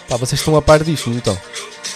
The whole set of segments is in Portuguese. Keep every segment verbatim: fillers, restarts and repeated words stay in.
Pá, vocês estão a par disto, não estão?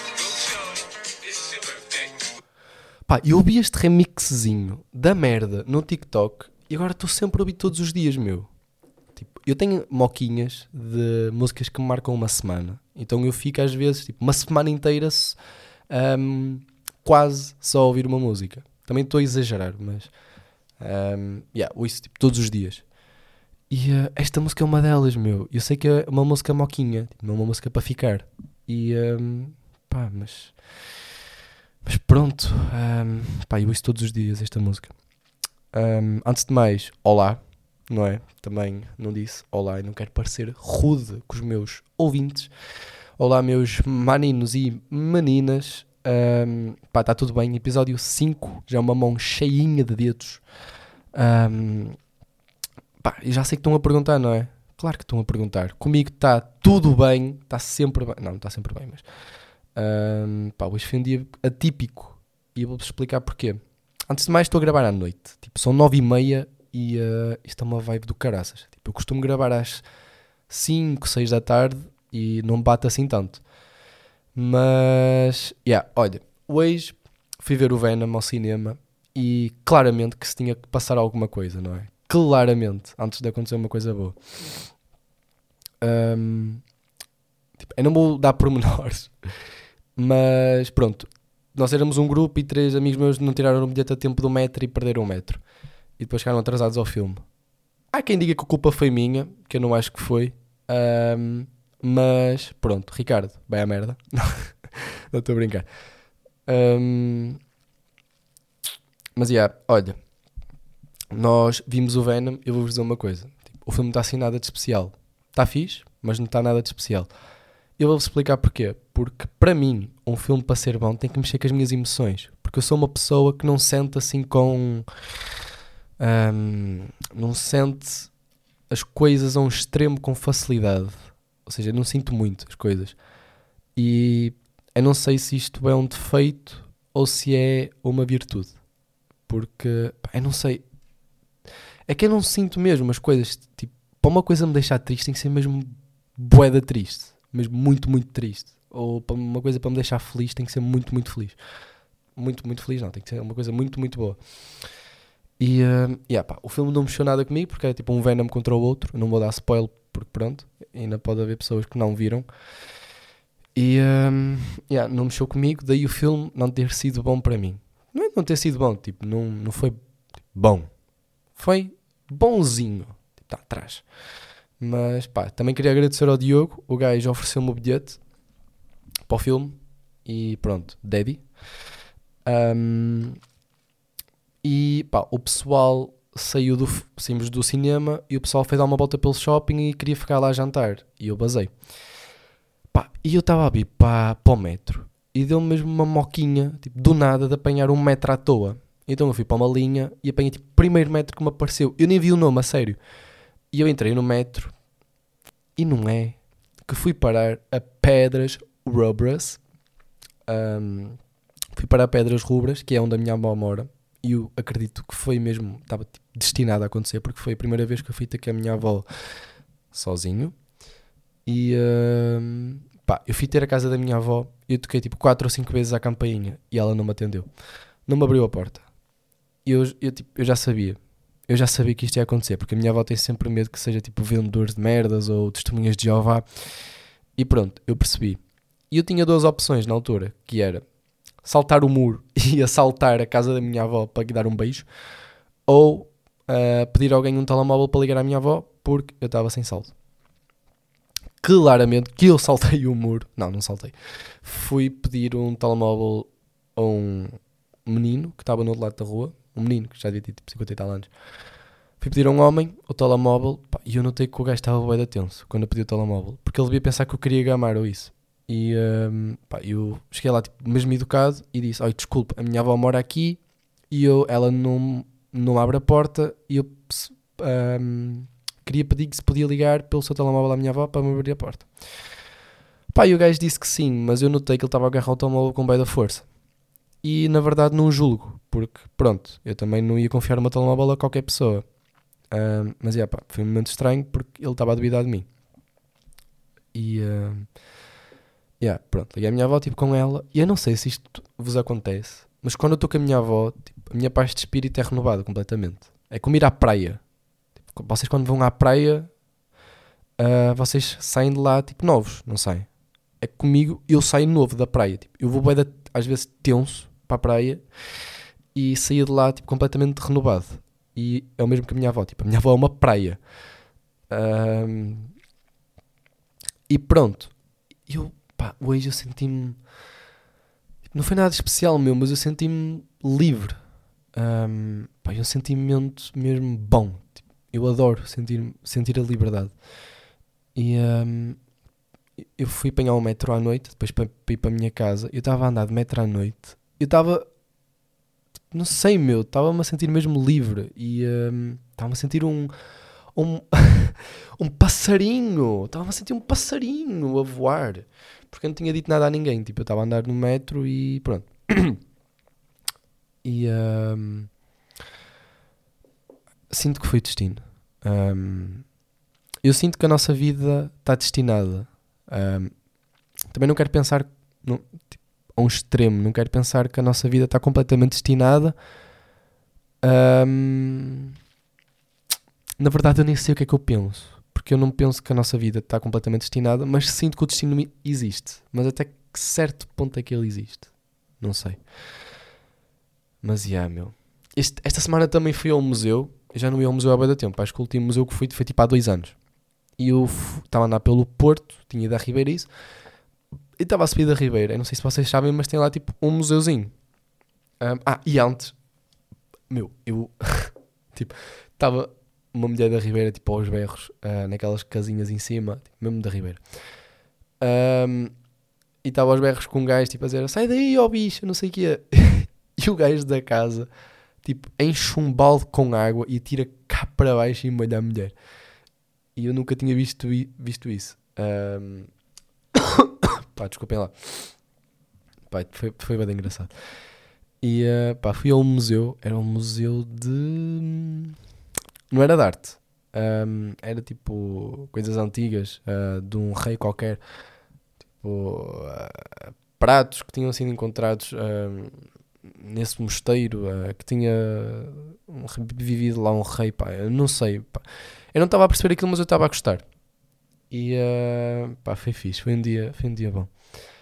Pá, eu ouvi este remixzinho da merda no TikTok e agora estou sempre a ouvir todos os dias, meu. Tipo, eu tenho moquinhas de músicas que me marcam uma semana. Então eu fico às vezes, tipo, uma semana inteira um, quase só a ouvir uma música. Também estou a exagerar, mas... Um, yeah, ouço tipo, todos os dias. E uh, esta música é uma delas, meu. Eu sei que é uma música moquinha, tipo, não é uma música para ficar. E um, pá, mas... Mas pronto, um, pá, eu ouço todos os dias esta música. Um, antes de mais, olá, não é? Também não disse olá e não quero parecer rude com os meus ouvintes. Olá, meus maninos e meninas. Um, pá, está tudo bem. Episódio cinco, já é uma mão cheinha de dedos. Um, pá, eu já sei que estão a perguntar, não é? Claro que estão a perguntar. Comigo está tudo bem, está sempre bem. Não, não está sempre bem, mas... Um, pá, hoje foi um dia atípico e eu vou-vos explicar porquê. Antes de mais, estou a gravar à noite. Tipo, são nove e meia e uh, isto é uma vibe do caraças. Tipo, eu costumo gravar às cinco, seis da tarde e não me bate assim tanto. Mas, yeah, olha, hoje fui ver o Venom ao cinema e claramente que se tinha que passar alguma coisa, não é? Claramente, antes de acontecer uma coisa boa. Um, tipo, eu não vou dar pormenores. Mas pronto, nós éramos um grupo e três amigos meus não tiraram o bilhete a tempo do metro e perderam o metro. E depois ficaram atrasados ao filme. Há quem diga que a culpa foi minha, que eu não acho que foi. Um, mas pronto, Ricardo, vai à merda. Não estou a brincar. Um, mas já, yeah, olha, nós vimos o Venom, eu vou-vos dizer uma coisa. Tipo, o filme não está assim nada de especial. Está fixe, mas não está nada de especial. Eu vou-vos explicar porquê. Porque, para mim, um filme para ser bom tem que mexer com as minhas emoções. Porque eu sou uma pessoa que não sente assim com... Um, não sente as coisas a um extremo com facilidade. Ou seja, eu não sinto muito as coisas. E eu não sei se isto é um defeito ou se é uma virtude. Porque, pá, eu não sei. É que eu não sinto mesmo as coisas. Tipo, para uma coisa me deixar triste tem que ser mesmo bué triste. Mesmo muito, muito triste. Ou para uma coisa para me deixar feliz tem que ser muito, muito feliz. Muito, muito feliz não, tem que ser uma coisa muito, muito boa. E uh, yeah, pá, o filme não mexeu nada comigo porque é tipo um Venom contra o outro. Não vou dar spoiler porque pronto, ainda pode haver pessoas que não viram. E um, yeah, não mexeu comigo, daí o filme não ter sido bom para mim. Não é não ter sido bom, tipo, não, não foi bom. Foi bonzinho, tipo, está atrás. Mas pá, também queria agradecer ao Diogo. O gajo ofereceu-me o bilhete para o filme. E pronto, daddy. Um, e pá, o pessoal saiu do, saímos do cinema. E o pessoal foi dar uma volta pelo shopping e queria ficar lá a jantar. E eu basei. Pá, e eu estava a vir para, para o metro. E deu-me mesmo uma moquinha, tipo, do nada, de apanhar um metro à toa. Então eu fui para uma linha e apanhei tipo, o primeiro metro que me apareceu. Eu nem vi o nome, a sério. E eu entrei no metro e não é que fui parar a Pedras Rubras. Um, fui parar a Pedras Rubras, que é onde a minha avó mora. E eu acredito que foi mesmo, estava tipo, destinado a acontecer, porque foi a primeira vez que eu fui ter com a minha avó sozinho. E um, pá, eu fui ter a casa da minha avó e eu toquei tipo quatro ou cinco vezes à campainha e ela não me atendeu. Não me abriu a porta. E eu, eu, tipo, eu já sabia. Eu já sabia que isto ia acontecer, porque a minha avó tem sempre medo que seja tipo vendedores de merdas ou testemunhas de Jeová. E pronto, eu percebi. E eu tinha duas opções na altura, que era saltar o muro e assaltar a casa da minha avó para lhe dar um beijo, ou uh, pedir a alguém um telemóvel para ligar à minha avó, porque eu estava sem saldo. Claramente que eu saltei o muro. Não, não saltei. Fui pedir um telemóvel a um menino que estava no outro lado da rua. Um menino que já devia ter tipo cinquenta e tal anos. Fui pedir a um homem o telemóvel, pá, e eu notei que o gajo estava bué de tenso quando eu pedi o telemóvel, porque ele devia pensar que eu queria gamar ou isso. E um, pá, eu cheguei lá tipo, mesmo educado e disse: olha, desculpa, a minha avó mora aqui e eu, ela não, não abre a porta e eu um, queria pedir que se podia ligar pelo seu telemóvel à minha avó para me abrir a porta. Pá, e o gajo disse que sim, mas eu notei que ele estava a agarrar o telemóvel com bem da força. E na verdade não o julgo, porque pronto, eu também não ia confiar o meu telemóvel a qualquer pessoa. Um, mas yeah, pá, foi um momento estranho porque ele estava a duvidar de mim. E, um, Yeah, pronto, liguei a minha avó, tipo, com ela, e eu não sei se isto vos acontece, mas quando eu estou com a minha avó, tipo, a minha paz de espírito é renovada completamente. É como ir à praia. Tipo, vocês quando vão à praia, ah, vocês saem de lá, tipo, novos, não saem? É que comigo, eu saio novo da praia. Tipo, eu vou bué da- às vezes tenso para a praia e saía de lá, tipo, completamente renovado. E é o mesmo que a minha avó. Tipo, a minha avó é uma praia. Ahm, e pronto. Eu, pá, hoje eu senti-me... tipo, não foi nada especial, meu, mas eu senti-me livre. Ahm, pá, eu senti-me mesmo, mesmo bom. Tipo, eu adoro sentir, sentir a liberdade. E ahm, eu fui apanhar o metro à noite, depois para, para ir para a minha casa. Eu estava a andar de metro à noite. Eu estava, não sei, meu, estava-me a sentir mesmo livre. E ahm, estava-me a sentir um, um, um passarinho. Estava-me a sentir um passarinho a voar. Porque eu não tinha dito nada a ninguém. Tipo, eu estava a andar no metro e pronto. E ahm, sinto que foi destino. Ahm, eu sinto que a nossa vida está destinada. Ahm, também não quero pensar no- tipo, a um extremo. Não quero pensar que a nossa vida está completamente destinada. Ahm, na verdade, eu nem sei o que é que eu penso. Porque eu não penso que a nossa vida está completamente destinada, mas sinto que o destino mi- existe. Mas até que certo ponto é que ele existe? Não sei. Mas, yeah, meu. Este- esta semana também fui ao museu. Eu já não ia ao museu há bem da tempo. Acho que o último museu que fui foi tipo há dois anos. E eu estava a andar pelo Porto, tinha ido à Ribeirice, e estava a subir da Ribeira. Eu não sei se vocês sabem, mas tem lá tipo um museuzinho. Ahm, ah, e antes, meu, eu tipo, estava uma mulher da Ribeira tipo aos berros, ah, naquelas casinhas em cima, tipo, mesmo da Ribeira. Ahm, e estava aos berros com um gajo tipo a dizer: sai daí, ó bicho, não sei o quê. E o gajo da casa, tipo, enche um balde com água e tira cá para baixo e molha a mulher. E eu nunca tinha visto, i- visto isso. Ahm, pá, desculpem lá. Pá, foi, foi bem engraçado. E ah, pá, fui a um museu. Era um museu de. Não era de arte. Ahm, era tipo coisas antigas, ah, de um rei qualquer. Tipo, ah, pratos que tinham sido encontrados ahm, nesse mosteiro, ah, que tinha um- vivido lá um rei. Pá, eu não sei. Pá. Eu não estava a perceber aquilo, mas eu estava a gostar. E ah, pá, foi fixe. Foi um dia, foi um dia bom.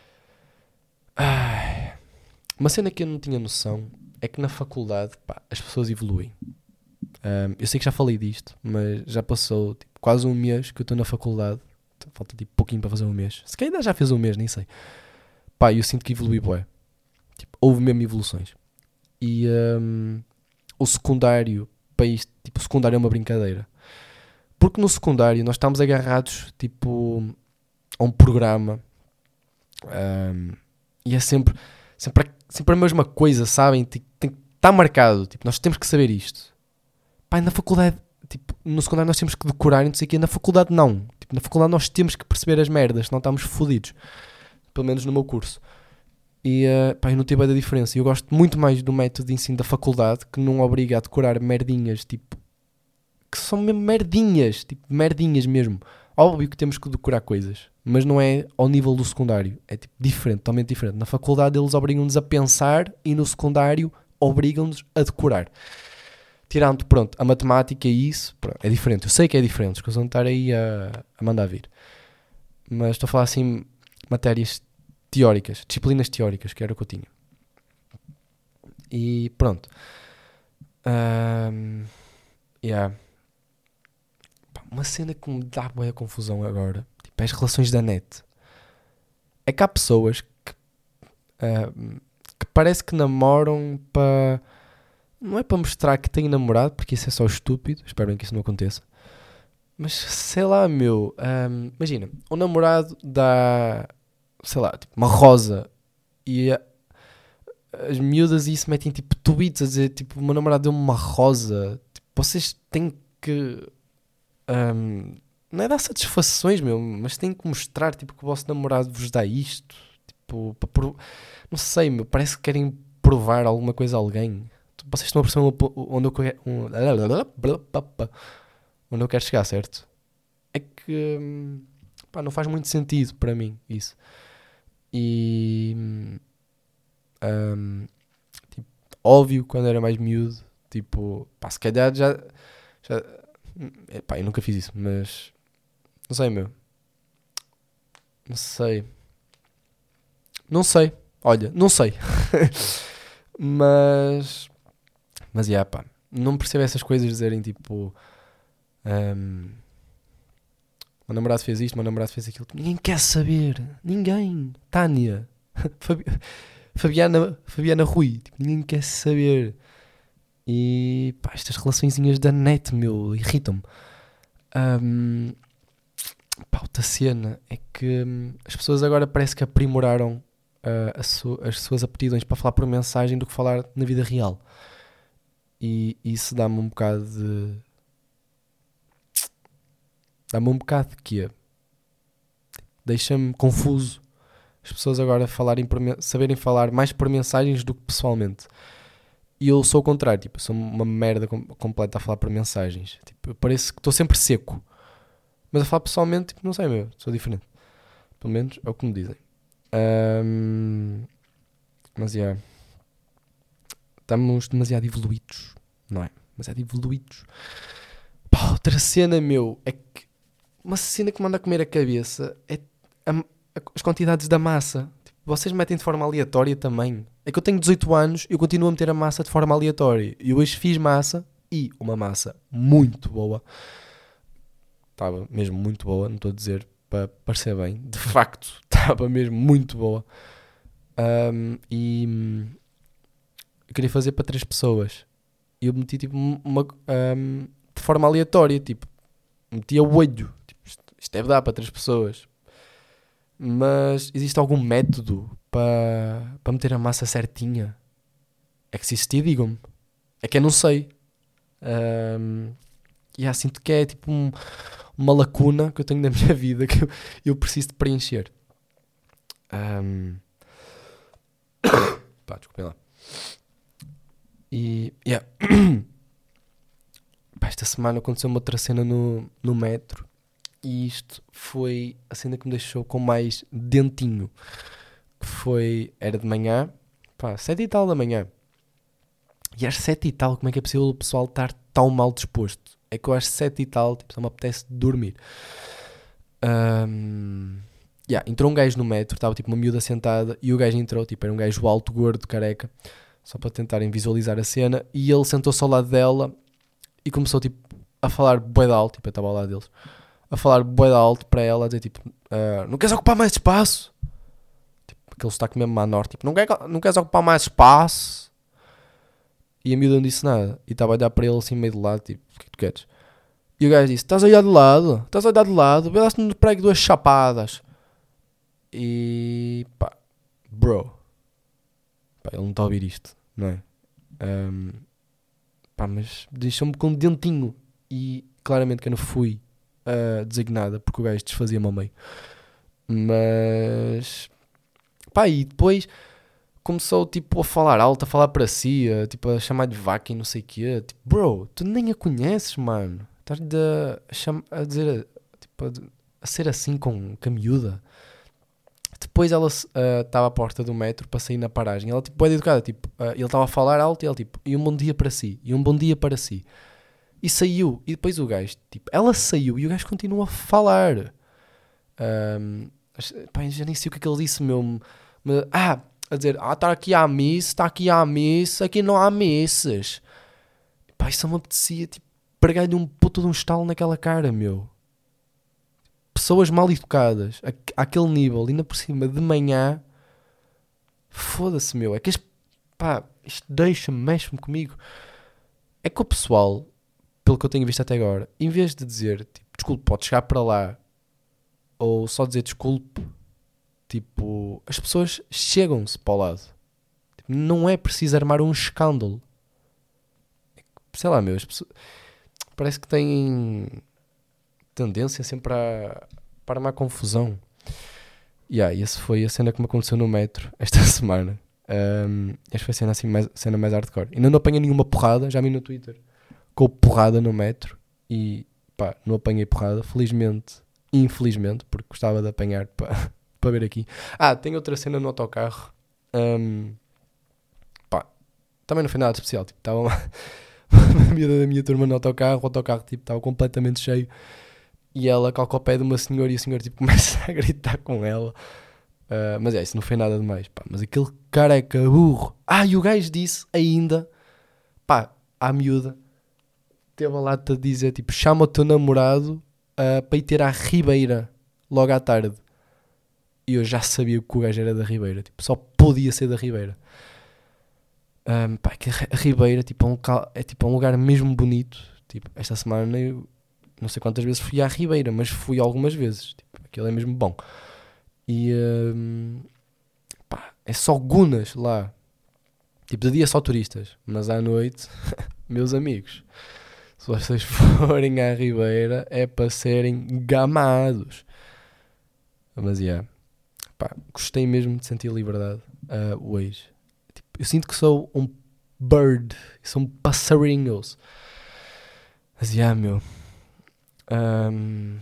Ai, uma cena que eu não tinha noção é que na faculdade, pá, as pessoas evoluem. Ahm, eu sei que já falei disto, mas já passou tipo, quase um mês que eu estou na faculdade. Falta tipo pouquinho para fazer um mês. Se calhar já fez um mês, nem sei. Pá, eu sinto que evolui bué. Tipo, houve mesmo evoluções. E ahm, o secundário, para isto, tipo, o secundário é uma brincadeira. Porque no secundário nós estamos agarrados, tipo, a um programa. ahm, e é sempre, sempre, a- sempre a mesma coisa, sabem? Tipo, tem que estar marcado. Tipo, nós temos que saber isto. Pá, na faculdade, tipo, no secundário nós temos que decorar e não sei o quê. Na faculdade não. Tipo, na faculdade nós temos que perceber as merdas, senão estamos fodidos. Pelo menos no meu curso. E, uh, pá, eu não tive a diferença. Eu gosto muito mais do método de ensino da faculdade, que não obriga a decorar merdinhas, tipo, que são mesmo merdinhas, tipo, merdinhas mesmo. Óbvio que temos que decorar coisas, mas não é ao nível do secundário. É, tipo, diferente, totalmente diferente. Na faculdade eles obrigam-nos a pensar e no secundário obrigam-nos a decorar. Tirando, pronto, a matemática e isso, pronto, é diferente. Eu sei que é diferente, os que vão estar aí a, a mandar vir. Mas estou a falar assim, matérias teóricas, disciplinas teóricas, que era o que eu tinha. E pronto. Ahm, yeah. Pá, uma cena que me dá boa confusão agora, tipo, é as relações da net. É que há pessoas que, ahm, que parece que namoram para... Não é para mostrar que têm namorado, porque isso é só estúpido. Espero bem que isso não aconteça. Mas sei lá, meu. ahm, imagina, o namorado dá, sei lá, tipo, uma rosa e a- as miúdas e isso metem tipo tweets a dizer tipo, o meu namorado deu-me uma rosa. Tipo, vocês têm que. ahm, não é dar satisfações, meu, mas têm que mostrar tipo, que o vosso namorado vos dá isto. Tipo, para pro- não sei, meu, parece que querem provar alguma coisa a alguém. Vocês estão a perceber um po- onde eu, quero- um- onde eu quero chegar, certo? É que hum, pá, não faz muito sentido para mim isso. E um, tipo, óbvio, quando era mais miúdo, tipo, pá, se calhar já, já epá, eu nunca fiz isso, mas não sei, meu, não sei, não sei, olha, não sei, mas, mas, yeah, pá, não percebo essas coisas dizerem, tipo, um, o meu namorado fez isto, o meu namorado fez aquilo, ninguém quer saber, ninguém, Tânia, Fabi- Fabiana, Fabiana Rui, tipo, ninguém quer saber. E pá, estas relaçõezinhas da net, meu, irritam-me. Um, pá, outra cena é que hum, as pessoas agora parece que aprimoraram ah, a su- as suas aptidões para falar por mensagem do que falar na vida real. E isso dá-me um bocado de. Dá-me um bocado de quê? Deixa-me confuso. As pessoas agora falarem por men- saberem falar mais por mensagens do que pessoalmente. E eu sou o contrário, tipo, eu sou uma merda com- completa a falar por mensagens. Tipo, eu pareço que estou sempre seco. Mas a falar pessoalmente, tipo, não sei, meu, sou diferente. Pelo menos é o que me dizem. Ahm, mas, já, yeah, estamos demasiado evoluídos, não é? Demasiado evoluídos. Pá, outra cena, meu, é que uma cena que me anda a comer a cabeça é a- a- as quantidades da massa. Tipo, vocês metem de forma aleatória também. É que eu tenho dezoito anos e eu continuo a meter a massa de forma aleatória. E hoje fiz massa e uma massa muito boa. Estava mesmo muito boa, não estou a dizer para parecer bem. De facto, estava mesmo muito boa. Ahm, e hum, eu queria fazer para três pessoas. E eu meti tipo uma, ahm, de forma aleatória, tipo, metia o olho. Tipo, isto, isto deve dar para três pessoas. Mas existe algum método para, para meter a massa certinha? É que se existir, digam-me. É que eu não sei. Ahm, e há, sinto que é tipo um- uma lacuna que eu tenho na minha vida que eu, eu preciso de preencher. Ahm, pá, desculpem lá. E, yeah. Pá, esta semana aconteceu uma outra cena no, no metro. E isto foi a cena que me deixou com mais dentinho. Que foi, era de manhã, pá, sete e tal da manhã. E às sete e tal, como é que é possível o pessoal estar tão mal disposto? É que eu às sete e tal, tipo, só me apetece dormir. Ahm, yeah, entrou um gajo no metro, estava tipo uma miúda sentada, e o gajo entrou, tipo, era um gajo alto, gordo, careca, só para tentarem visualizar a cena, e ele sentou-se ao lado dela e começou, tipo, a falar bué de alto, tipo, eu estava ao lado deles, a falar bué de alto para ela, a dizer, tipo, ah, não queres ocupar mais espaço? Tipo, aquele sotaque mesmo menor, tipo, não, quer, não queres ocupar mais espaço? E a miúda não disse nada, e estava a olhar para ele assim meio de lado, tipo, o que é que tu queres? E o gajo disse, estás a olhar de lado? Estás a olhar de lado? Vê lá se não te prego duas chapadas. E pá, bro, pá, ele não está a ouvir isto, não é? Ahm, pá, mas deixou-me com um dentinho. E claramente que eu não fui ah, designada porque o gajo desfazia-me ao meio. Mas pá, e depois começou tipo a falar alto, a falar para si, a, tipo a chamar de vaca e não sei o quê. Tipo, bro, tu nem a conheces, mano. Estás a, cham- a dizer, tipo, a, a ser assim com, com a miúda. Depois ela estava à porta do metro para sair na paragem. Ela, tipo, é educada. Tipo, ah, ele estava a falar alto e ela, tipo, e um bom dia para si. E um bom dia para si. E saiu. E depois o gajo, tipo, ela saiu e o gajo continua a falar. Ahm, pá, já nem sei o que é que ele disse, meu. Mas, ah, a dizer, ah, está aqui a miss, está aqui a miss, aqui não há misses. Pá, isso me apetecia, tipo, pregar-lhe um puto de um estalo naquela cara, meu. Pessoas mal educadas, a, àquele nível, ainda por cima, de manhã. Foda-se, meu. É que este, pá, isto deixa-me, mexe-me comigo. É que o pessoal, pelo que eu tenho visto até agora, em vez de dizer, tipo, desculpe, pode chegar para lá, ou só dizer desculpe, tipo, as pessoas chegam-se para o lado. Tipo, não é preciso armar um escândalo. Sei lá, meu, as pessoas, parece que têm tendência sempre a, para armar confusão. E yeah, essa foi a cena que me aconteceu no metro esta semana. Um, esta foi a cena, assim, mais, cena mais hardcore. Ainda não apanhei nenhuma porrada, já vi no Twitter, com porrada no metro. E pá, não apanhei porrada, felizmente, infelizmente, porque gostava de apanhar para para ver aqui. Ah, tem outra cena no autocarro. Um, pá, também não foi nada de especial. Tipo, estava uma, uma miúda da minha turma no autocarro. O autocarro tipo, estava completamente cheio. E ela calca ao pé de uma senhora e a senhora tipo, começa a gritar com ela. Uh, mas é, isso não foi nada demais. Pá. Mas aquele careca burro. Ah, e o gajo disse ainda, pá, à miúda, teve a lata de dizer, tipo, chama o teu namorado uh, para ir ter à Ribeira logo à tarde. E eu já sabia que o gajo era da Ribeira. Tipo, só podia ser da Ribeira. Um, pá, que a Ribeira tipo, é, um local, é tipo é um lugar mesmo bonito. Tipo, esta semana eu não sei quantas vezes fui à Ribeira, mas fui algumas vezes. Tipo, aquilo é mesmo bom. E um, pá, é só gunas lá. Tipo, de dia só turistas. Mas à noite, meus amigos, se vocês forem à Ribeira é para serem gamados. Mas, yeah, pá, gostei mesmo de sentir liberdade uh, hoje. Tipo, eu sinto que sou um bird, sou um passarinho. Mas, yeah, meu. Um,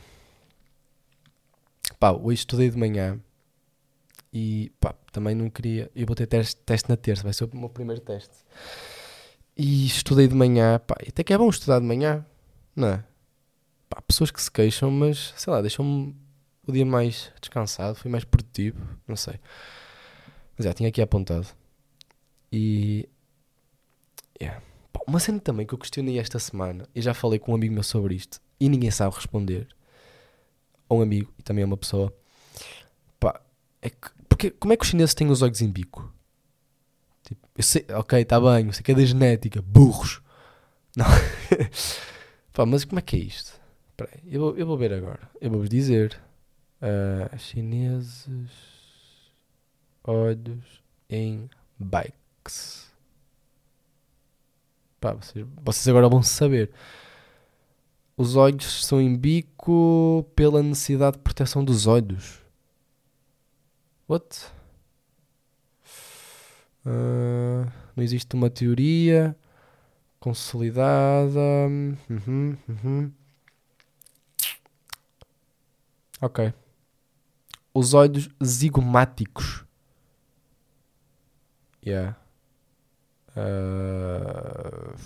pá, hoje estudei de manhã e, pá, também não queria... Eu vou ter teste, teste na terça, vai ser o meu primeiro teste. E estudei de manhã, pá, e até que é bom estudar de manhã, não é? Pá, pessoas que se queixam, mas, sei lá, deixam-me o dia mais descansado, fui mais produtivo, não sei. Mas já, tinha aqui apontado. E, yeah. Pá, uma cena também que eu questionei esta semana, e já falei com um amigo meu sobre isto, e ninguém sabe responder. Ou um amigo, e também é uma pessoa. Pá, é que, porque, como é que os chineses têm os olhos em bico? Tipo, eu sei, ok, está bem, eu sei que é da genética, burros. Não. Pá, mas como é que é isto? Espera aí, eu vou, eu vou ver agora. Eu vou-vos dizer. Uh, chineses, olhos em bikes. Pá, vocês, vocês agora vão saber. Os olhos são em bico pela necessidade de proteção dos olhos. What? Uh, não existe uma teoria consolidada. Uhum, uhum. Ok. Os olhos zigomáticos. Yeah. Uh...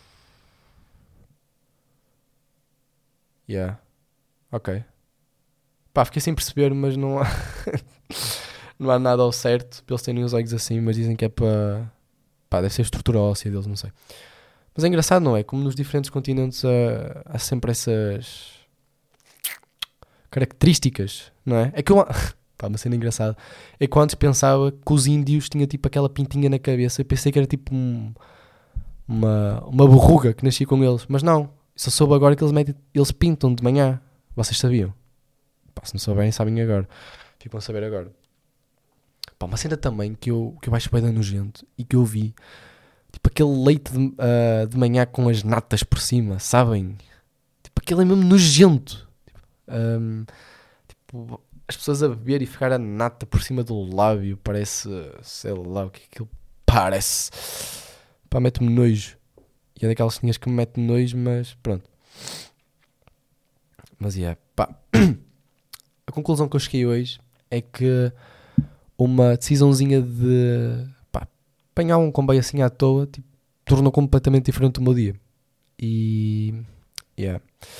Yeah. Ok. Pá, fiquei sem perceber, mas não há... não há nada ao certo para eles terem os olhos assim, mas dizem que é para... Pá, deve ser a estrutura óssea deles, não sei. Mas é engraçado, não é? Como nos diferentes continentes há, há sempre essas características, não é? É que eu... Pá, uma cena engraçada. É que eu antes pensava que os índios tinham tipo aquela pintinha na cabeça. Eu pensei que era tipo um, uma, uma borruga que nascia com eles. Mas não. Só soube agora que eles, metem, eles pintam de manhã. Vocês sabiam? Pá, se não souberem, sabem agora. Ficam a saber agora. Pá, uma cena também que eu, que eu acho bem nojento e que eu vi. Tipo aquele leite de, uh, de manhã com as natas por cima, sabem? Tipo, aquele é mesmo nojento. Tipo... Um, tipo as pessoas a beber e ficar a nata por cima do lábio, parece, sei lá o que aquilo parece. Pá, mete-me nojo. E é daquelas coisinhas que me mete nojo, mas pronto. Mas é, yeah, pá. A conclusão que eu cheguei hoje é que uma decisãozinha de, pá, apanhar um comboio assim à toa, tipo, tornou completamente diferente o meu dia. E, yeah.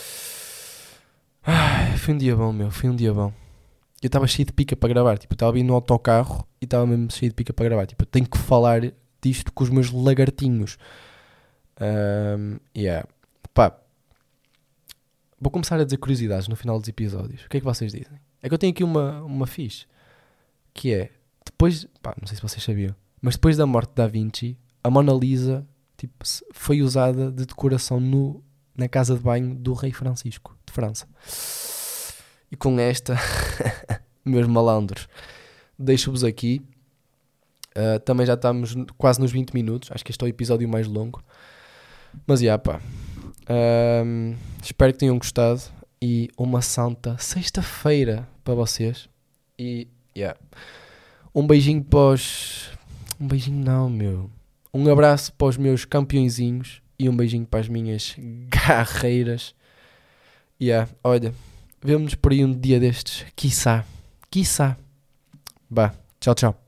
Ai, foi um dia bom, meu, foi um dia bom. Eu estava cheio de pica para gravar, tipo, eu estava vindo no autocarro e estava mesmo cheio de pica para gravar, tipo, eu tenho que falar disto com os meus lagartinhos. Um, yeah. Pá, vou começar a dizer curiosidades no final dos episódios. O que é que vocês dizem? É que eu tenho aqui uma, uma fixe, que é, depois, pá, não sei se vocês sabiam, mas depois da morte de Da Vinci, a Mona Lisa, tipo, foi usada de decoração no, na casa de banho do rei Francisco, de França. E com esta, meus malandros, deixo-vos aqui. Uh, também já estamos quase nos vinte minutos. Acho que este é o episódio mais longo. Mas, já, pá. Uh, espero que tenham gostado. E uma santa sexta-feira para vocês. E, yeah. Um beijinho para os... Um beijinho não, meu. Um abraço para os meus campeõezinhos. E um beijinho para as minhas guerreiras. E, yeah, olha... Vemo-nos por aí um dia destes, quiçá, quiçá. Bah, tchau, tchau.